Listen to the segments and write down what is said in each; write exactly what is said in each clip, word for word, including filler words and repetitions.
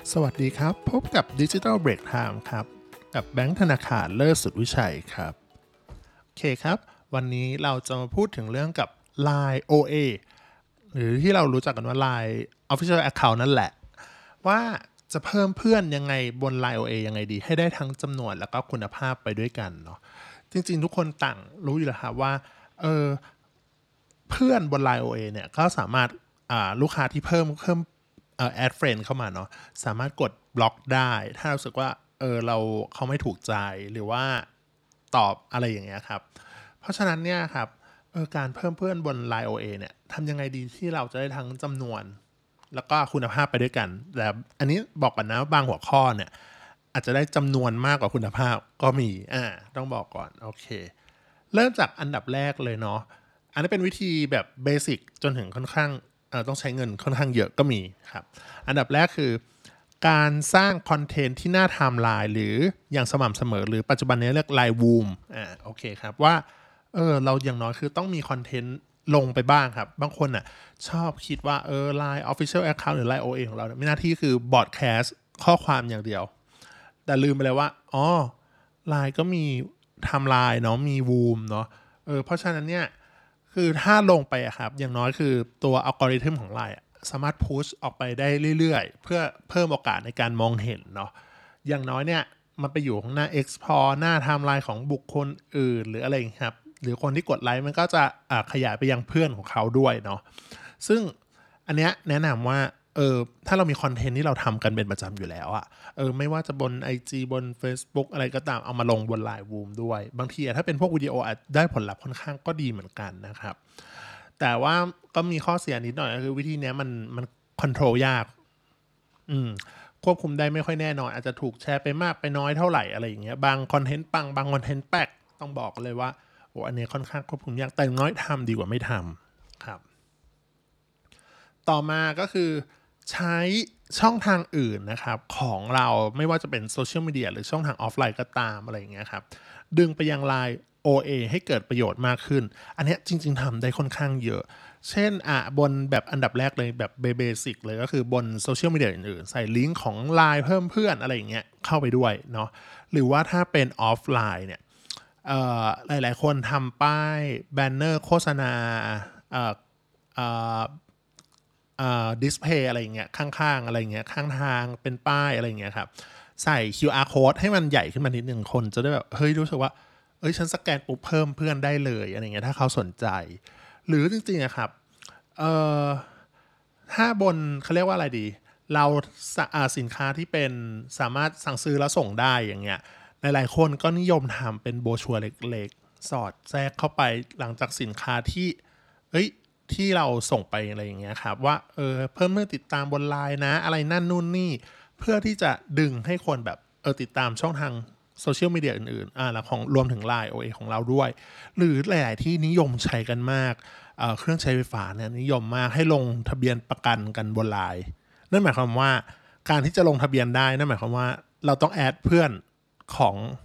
สวัสดีครับพบกับ Digital Break Time ครับกับแบงค์ธนาคารเลิศสุดวิชัยครับโอเคครับวันนี้เราจะมาพูดถึงเรื่องกับ ไลน์ โอ เอ หรือที่เรารู้จักกันว่า ไลน์ Official Account นั่นแหละว่าจะเพิ่มเพื่อนยังไงบน ไลน์ โอ เอ ยังไงดีให้ได้ทั้งจำนวนแล้วก็คุณภาพไปด้วยกันเนาะจริงๆทุกคนต่างรู้อยู่แล้วครับว่าเออเพื่อนบน ไลน์ โอ เอ เนี่ยก็สามารถอ่าลูกค้าที่เพิ่มเพิ่มเอ่อ add friend เข้ามาเนาะสามารถกดบล็อกได้ถ้ารู้สึกว่าเออเราเขาไม่ถูกใจหรือว่าตอบอะไรอย่างเงี้ยครับเพราะฉะนั้นเนี่ยครับเออการเพิ่มเพื่อนบน ไลน์ โอ เอ เนี่ยทำยังไงดีที่เราจะได้ทั้งจำนวนแล้วก็คุณภาพไปด้วยกันแต่อันนี้บอกก่อนนะว่าบางหัวข้อเนี่ยอาจจะได้จำนวนมากกว่าคุณภาพก็มีอ่าต้องบอกก่อนโอเคเริ่มจากอันดับแรกเลยเนาะอันนี้เป็นวิธีแบบเบสิกจนถึงค่อนข้างเอ่อต้องใช้เงินค่อนข้างเยอะก็มีครับอันดับแรกคือการสร้างคอนเทนต์ที่หน้าไทม์ไลน์หรืออย่างสม่ำเสมอหรือปัจจุบันนี้เรียกไลน์วูมอ่าโอเคครับว่าเออเราอย่างน้อยคือต้องมีคอนเทนต์ลงไปบ้างครับบางคนอ่ะชอบคิดว่าเออ ไลน์ Official Account หรือ ไลน์ โอ เอ ของเราเนี่ยมีหน้าที่คือบอ a แคสต์ข้อความอย่างเดียวแต่ลืมไปเลยว่าอ๋อ ไลน์ ก็มีไทม์ไลน์เนาะมีวูมเนาะเออเพราะฉะนั้นเนี่ยคือถ้าลงไปอะครับอย่างน้อยคือตัวอัลกอริทึมของ ไลน์ อะสามารถพุชออกไปได้เรื่อยๆเพื่อเพิ่มโอกาสในการมองเห็นเนาะอย่างน้อยเนี่ยมันไปอยู่ข้างหน้า Explore หน้าไทม์ไลน์ของบุคคลอื่นหรืออะไรอย่างเงี้ยครับหรือคนที่กดไลค์มันก็จะอ่าขยายไปยังเพื่อนของเขาด้วยเนาะซึ่งอันเนี้ยแนะนำว่าเออถ้าเรามีคอนเทนต์ที่เราทำกันเป็นประจำอยู่แล้วอะเออไม่ว่าจะบน ไอ จี บน Facebook อะไรก็ตามเอามาลงบน ไลน์ วูม ด้วยบางทีอะถ้าเป็นพวกวิดีโออาจได้ผลลัพธ์ค่อนข้างก็ดีเหมือนกันนะครับแต่ว่าก็มีข้อเสียนิดหน่อยก็คือวิธีเนี้ยมันมันคอนโทรลยากอืมควบคุมได้ไม่ค่อยแน่นอนอาจจะถูกแชร์ไปมากไปน้อยเท่าไหร่อะไรอย่างเงี้ยบางคอนเทนต์ปังบางคอนเทนต์แป๊กต้องบอกเลยว่าโอ้อันนี้ค่อนข้างควบคุมยากแต่น้อยทำดีกว่าไม่ทำครับ ต่อมาก็คือใช้ช่องทางอื่นนะครับของเราไม่ว่าจะเป็นโซเชียลมีเดียหรือช่องทางออฟไลน์ก็ตามอะไรอย่างเงี้ยครับดึงไปยัง ไลน์ โอ เอ ให้เกิดประโยชน์มากขึ้นอันนี้จริงๆทำได้ค่อนข้างเยอะเช่นอ่ะบนแบบอันดับแรกเลยแบบเบสิกเลยก็คือบนโซเชียลมีเดียอื่นๆใส่ลิงก์ของ ไลน์ เพิ่มเพื่อนอะไรอย่างเงี้ยเข้าไปด้วยเนาะหรือว่าถ้าเป็นออฟไลน์เนี่ยหลายๆคนทำป้ายแบนเนอร์โฆษณาเอ่อเอ่อ ดิสเพย์อะไรเงี้ยข้างๆอะไรเงี้ยข้างทางเป็นป้ายอะไรเงี้ยครับใส่ คิว อาร์ code ให้มันใหญ่ขึ้นมานิดนึงคนจะได้แบบเฮ้ยรู้สึกว่าเอ้ยฉันสแกนปุ๊บเพิ่มเพื่อนได้เลยอะไรเงี้ยถ้าเขาสนใจหรือจริงๆอะครับเอ่อถ้าบนเขาเรียกว่าอะไรดีเราสินค้าที่เป็นสามารถสั่งซื้อแล้วส่งได้อย่างเงี้ยหลายๆคนก็นิยมทำเป็นโบชัวร์เล็กๆสอดแทรกเข้าไปหลังจากสินค้าที่เอ้ย ที่เราส่งไปอะไรอย่างเงี้ยครับว่าเออเพิ่มเมื่อติดตามบนไลน์นะอะไรนั่นนู่นนี่เพื่อที่จะดึงให้คนแบบเออติดตามช่องทางโซเชียลมีเดียอื่นๆอ่าแล้วของรวมถึง ไลน์ โอ เอ ของเราด้วยหรือหลายๆที่นิยมใช้กันมากเเครื่องใช้ไฟฟ้าเนี่ยนิยมมากให้ลงทะเบียนประกันกันบนไลน์นั่นหมายความว่าการที่จะลงทะเบียนได้นั่นหมายความว่าเราต้องแอดเพื่อนของ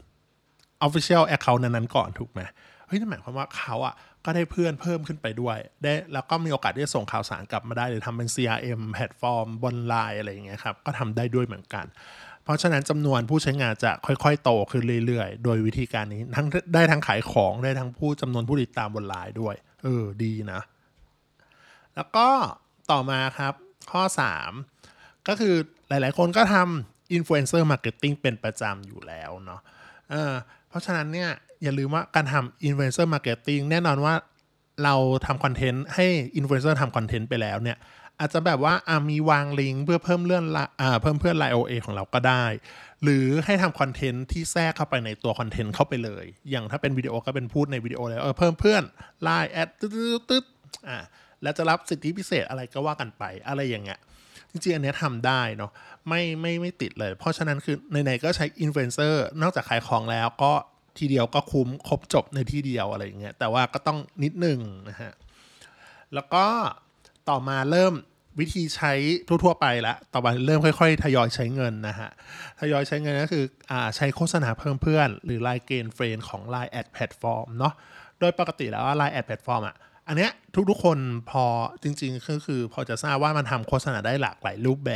Official Account นั้นๆก่อนถูกไหมเฮ้ยนั่นหมายความว่าเขาอ่ะก็ได้เพื่อนเพิ่มขึ้นไปด้วยได้แล้วก็มีโอกาสที่จะส่งข่าวสารกลับมาได้หรือทำเป็น ซี อาร์ เอ็ม แพลตฟอร์มบน ไลน์ อะไรอย่างเงี้ยครับก็ทำได้ด้วยเหมือนกันเพราะฉะนั้นจำนวนผู้ใช้งานจะค่อยๆโตขึ้นเรื่อยๆโดยวิธีการนี้ทั้งได้ทั้งขายของได้ทั้งผู้จำนวนผู้ติดตามบน ไลน์ ด้วยเออดีนะแล้วก็ต่อมาครับข้อสามก็คือหลายๆคนก็ทำ Influencer Marketing เป็นประจำอยู่แล้วเนาะเออเพราะฉะนั้นเนี่ยอย่าลืมว่าการทำ Influencer Marketing แน่นอนว่าเราทำคอนเทนต์ให้ Influencer ทำคอนเทนต์ไปแล้วเนี่ยอาจจะแบบว่าอามีวางลิงก์เพื่อเพิ่มเลื่อนอ่าเพิ่มเพื่อน ไลน์ โอ เอ ของเราก็ได้หรือให้ทำคอนเทนต์ที่แทรกเข้าไปในตัวคอนเทนต์เข้าไปเลยอย่างถ้าเป็นวิดีโอก็เป็นพูดในวิดีโอเลยเออเพิ่มเพื่อน ไลน์ แอดตึ๊ดตึ๊ดอ่าแล้วจะรับสิทธิพิเศษอะไรก็ว่ากันไปอะไรอย่างเงี้ยจริงๆอันนี้ทำได้เนาะไม่ไม่ไม่ติดเลยเพราะฉะนั้นคือไหนๆก็ใช้อินฟลูเอนเซอร์นอกจากขายของแล้วก็ทีเดียวก็คุ้มครบจบในที่เดียวอะไรอย่างเงี้ยแต่ว่าก็ต้องนิดนึงนะฮะแล้วก็ต่อมาเริ่มวิธีใช้ทั่วๆไปละต่อมาเริ่มค่อยๆทยอยใช้เงินนะฮะทยอยใช้เงินก็คืออ่าใช้โฆษณาเพิ่มเพื่อนหรือ ไลน์ Gain Friend ของ ไลน์ Ad Platform เนาะโดยปกติแล้ว ไลน์ Ad Platform อ่ะอันเนี้ยทุกๆคนพอจริงๆก็คือพอจะทราบว่ามันทำโฆษณาได้หลากหลายรูปแบบ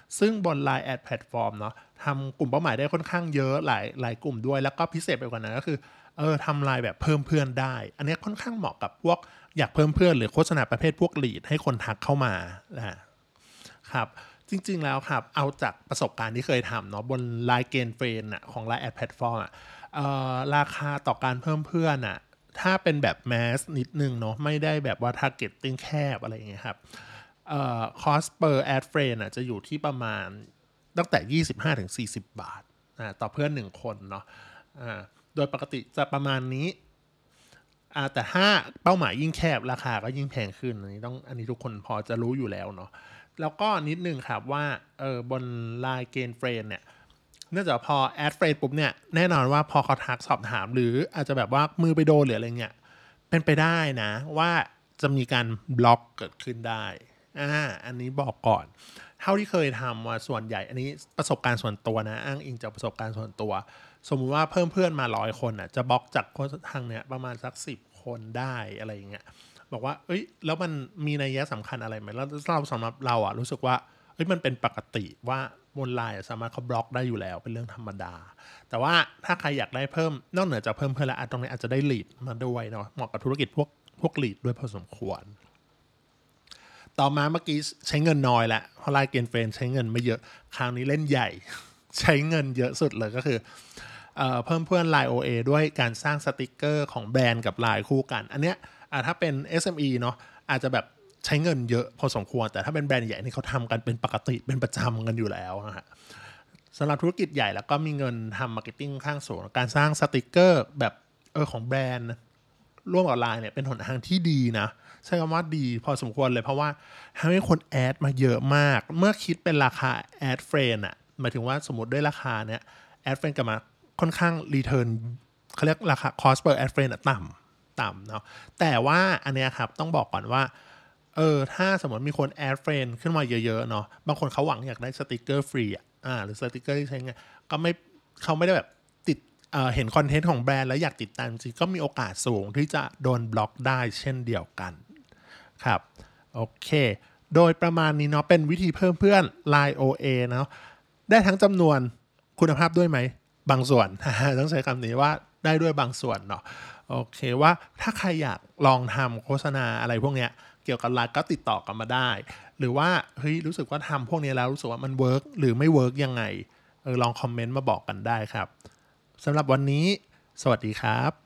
ซึ่งบน ไลน์ Ad Platform เนาะทำกลุ่มเป้าหมายได้ค่อนข้างเยอะหลายหลายกลุ่มด้วยแล้วก็พิเศษไปกว่านั้นก็คือเออทำไลน์แบบเพิ่มเพื่อนได้อันนี้ค่อนข้างเหมาะกับพวกอยากเพิ่มเพื่อนหรือโฆษณาประเภทพวก lead ให้คนทักเข้ามานะครับจริงๆแล้วครับเอาจากประสบการณ์ที่เคยทำเนาะบน ไลน์ Gain Friend อ่ะของ ไลน์ Ad Platform อ่ะเอ่อราคาต่อการเพิ่มเพื่อนอ่ะถ้าเป็นแบบแมสนิดนึงเนาะไม่ได้แบบว่า targeting แคบอะไรอย่างเงี้ยครับเอ่อ cost per ad friend อ่ะจะอยู่ที่ประมาณตั้งแต่ ยี่สิบห้าถึงสี่สิบ บาทอ่าต่อเพื่อนหนึ่งคนเนาะอ่าโดยปกติจะประมาณนี้อ่าแต่ถ้าเป้าหมายยิ่งแคบราคาก็ยิ่งแพงขึ้นอันนี้ต้องอันนี้ทุกคนพอจะรู้อยู่แล้วเนาะแล้วก็นิดนึงครับว่าเออบน ไลน์ Gain Friend เนี่ยเนื่องจากพอแอดเฟรนปุ๊บเนี่ยแน่นอนว่าพอเขาทักสอบถามหรืออาจจะแบบว่ามือไปโดนหรืออะไรเงี้ยเป็นไปได้นะว่าจะมีการบล็อกเกิดขึ้นได้อ่าอันนี้บอกก่อนเท่าที่เคยทำว่าส่วนใหญ่อันนี้ประสบการณ์ส่วนตัวนะอ้างอิงจากประสบการณ์ส่วนตัวสมมุติว่าเพิ่มเพื่อนมาร้อยคนอ่ะจะบล็อกจากทางเนี้ยประมาณสักสิบคนได้อะไรอย่างเงี้ยบอกว่าเอ้ยแล้วมันมีนัยสำคัญอะไรไหมแล้วเราสำหรับเราอ่ะรู้สึกว่าเอ้ยมันเป็นปกติว่าบนไลน์สามารถเขาบล็อกได้อยู่แล้วเป็นเรื่องธรรมดาแต่ว่าถ้าใครอยากได้เพิ่มนอกเหนือจากเพิ่มเพื่อนแล้วตรงนี้อาจจะได้ลีดมาด้วยเนาะเหมาะกับธุรกิจพวกพวกลีดด้วยพอสมควรต่อมาเมื่อกี้ใช้เงินน้อยแหละเพราะไลน์เกนเฟรนใช้เงินไม่เยอะคราวนี้เล่นใหญ่ ใช้เงินเยอะสุดเลยก็คือเอ่อเพิ่มเพื่อน ไลน์ โอ เอ ด้วยการสร้างสติกเกอร์ของแบรนด์กับ ไลน์ คู่กันอันเนี้ยถ้าเป็น เอส เอ็ม อี เนาะอาจจะแบบใช้เงินเยอะพอสมควรแต่ถ้าเป็นแบรนด์ใหญ่นี่เขาทำกันเป็นปกติเป็นประจำกันอยู่แล้วนะฮะสำหรับธุรกิจใหญ่แล้วก็มีเงินทำมาร์เก็ตติ้งข้างสูงการสร้างสติกเกอร์แบบเออของแบรนด์ร่วมกับ ไลน์ เนี่ยเป็นหนทางที่ดีนะใช้คำว่าดีพอสมควรเลยเพราะว่าทำให้คนแอดมาเยอะมากเมื่อคิดเป็นราคาแอดเฟรนอะหมายถึงว่าสมมติด้วยราคาเนี้ยแอดเฟรนกลับมาค่อนข้างรีเทิร์นเขาเรียกราคา cost per ad friend ต่ำต่ำเนาะแต่ว่าอันเนี้ยครับต้องบอกก่อนว่าเออถ้าสมมติมีคนแอดเฟรนขึ้นมาเยอะๆเนาะบางคนเขาหวังอยากได้สติกเกอร์ฟรีอ่ะอ่าหรือสติกเกอร์ที่ใช้ไงก็ไม่เขาไม่ได้แบบติดเอ่อเห็นคอนเทนต์ของแบรนด์แล้วอยากติดตามจริงก็มีโอกาสสูงที่จะโดนบล็อกได้เช่นเดียวกันครับโอเคโดยประมาณนี้เนาะเป็นวิธีเพิ่มเพื่อน ไลน์ โอ เอ เนาะได้ทั้งจำนวนคุณภาพด้วยไหมบางส่วน ต้องใช้คำนี้ว่าได้ด้วยบางส่วนเนาะโอเคว่าถ้าใครอยากลองทำโฆษณาอะไรพวกเนี้ยเกี่ยวกับไลน์ก็ติดต่อกันมาได้หรือว่าเฮ้ยรู้สึกว่าทำพวกนี้แล้วรู้สึกว่ามันเวิร์กหรือไม่เวิร์กยังไงเออลองคอมเมนต์มาบอกกันได้ครับสำหรับวันนี้สวัสดีครับ